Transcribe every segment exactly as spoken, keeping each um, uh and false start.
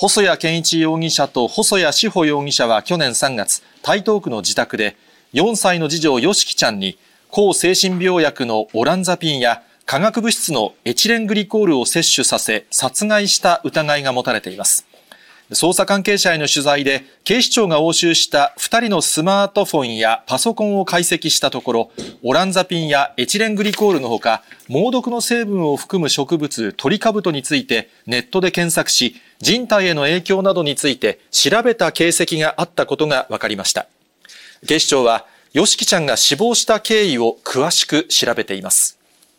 細谷健一容疑者と細谷志保容疑者は去年さんがつ、台東区の自宅で、よんさいの次女よしきちゃんに、抗精神病薬のオランザピンや化学物質のエチレングリコールを摂取させ、殺害した疑いが持たれています。捜査関係者への取材で、警視庁が押収したふたりのスマートフォンやパソコンを解析したところ、オランザピンやエチレングリコールのほか、猛毒の成分を含む植物トリカブトについてネットで検索し、人体への影響などについて調べた形跡があったことが分かりました。警視庁は、よしきちゃんが死亡した経緯を詳しく調べています。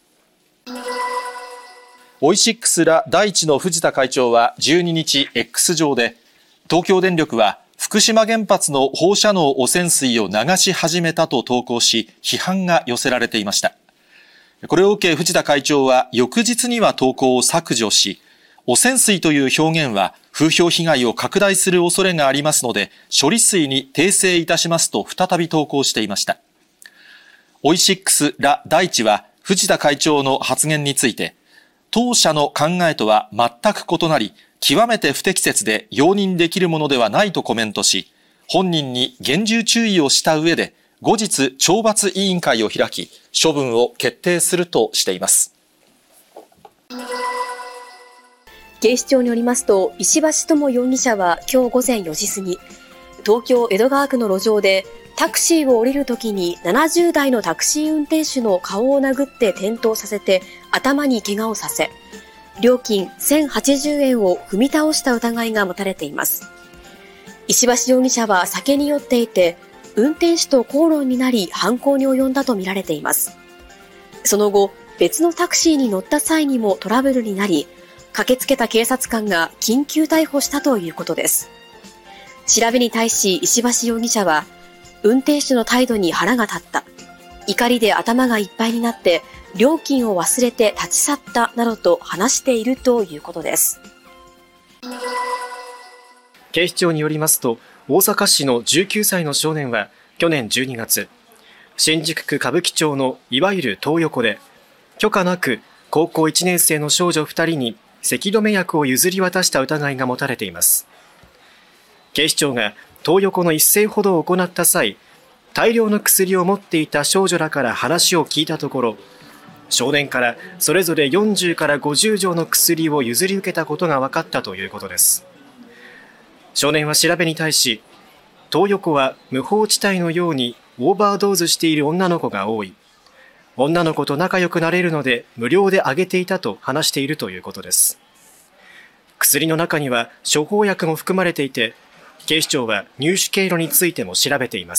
オイシックスら第一の藤田会長はじゅうににち X 上で、東京電力は福島原発の放射能汚染水を流し始めたと投稿し、批判が寄せられていました。これを受け藤田会長は翌日には投稿を削除し、汚染水という表現は風評被害を拡大する恐れがありますので、処理水に訂正いたしますと再び投稿していました。オイシックスら第一は藤田会長の発言について、当社の考えとは全く異なり、極めて不適切で容認できるものではないとコメントし、本人に厳重注意をした上で、後日懲罰委員会を開き、処分を決定するとしています。 警視庁によりますと、石橋友容疑者は今日午前よじ過ぎ、東京江戸川区の路上で、タクシーを降りるときにななじゅうだいのタクシー運転手の顔を殴って転倒させて頭に怪我をさせ、料金せんはちじゅうえんを踏み倒した疑いが持たれています。石橋容疑者は酒に酔っていて、運転手と口論になり犯行に及んだとみられています。その後、別のタクシーに乗った際にもトラブルになり、駆けつけた警察官が緊急逮捕したということです。調べに対し石橋容疑者は、運転手の態度に腹が立った。怒りで頭がいっぱいになって、料金を忘れて立ち去ったなどと話しているということです。 警視庁によりますと、大阪市のじゅうきゅうさいの少年は去年じゅうにがつ、新宿区歌舞伎町のいわゆるトー横で、許可なく高校いちねん生の少女ふたりに咳止め薬を譲り渡した疑いが持たれています。警視庁がトー横の一斉補導を行った際、大量の薬を持っていた少女らから話を聞いたところ、少年からそれぞれよんじゅうからごじゅう錠の薬を譲り受けたことが分かったということです。少年は調べに対し、トー横は無法地帯のようにオーバードーズしている女の子が多い。女の子と仲良くなれるので無料であげていたと話しているということです。薬の中には処方薬も含まれていて、警視庁は入手経路についても調べています。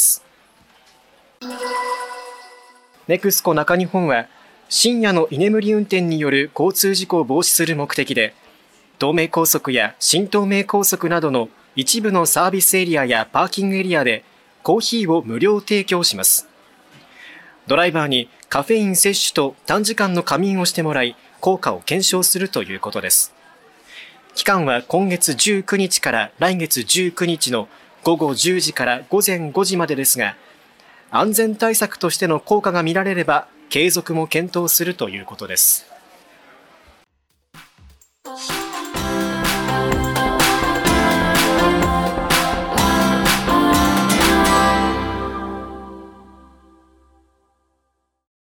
ネクスコ中日本は深夜の居眠り運転による交通事故を防止する目的で、東名高速や新東名高速などの一部のサービスエリアやパーキングエリアでコーヒーを無料提供します。ドライバーにカフェイン摂取と短時間の仮眠をしてもらい、効果を検証するということです。期間は今月じゅうくにちから来月じゅうくにちのごごじゅうじからごぜんごじまでですが、安全対策としての効果が見られれば継続も検討するということです。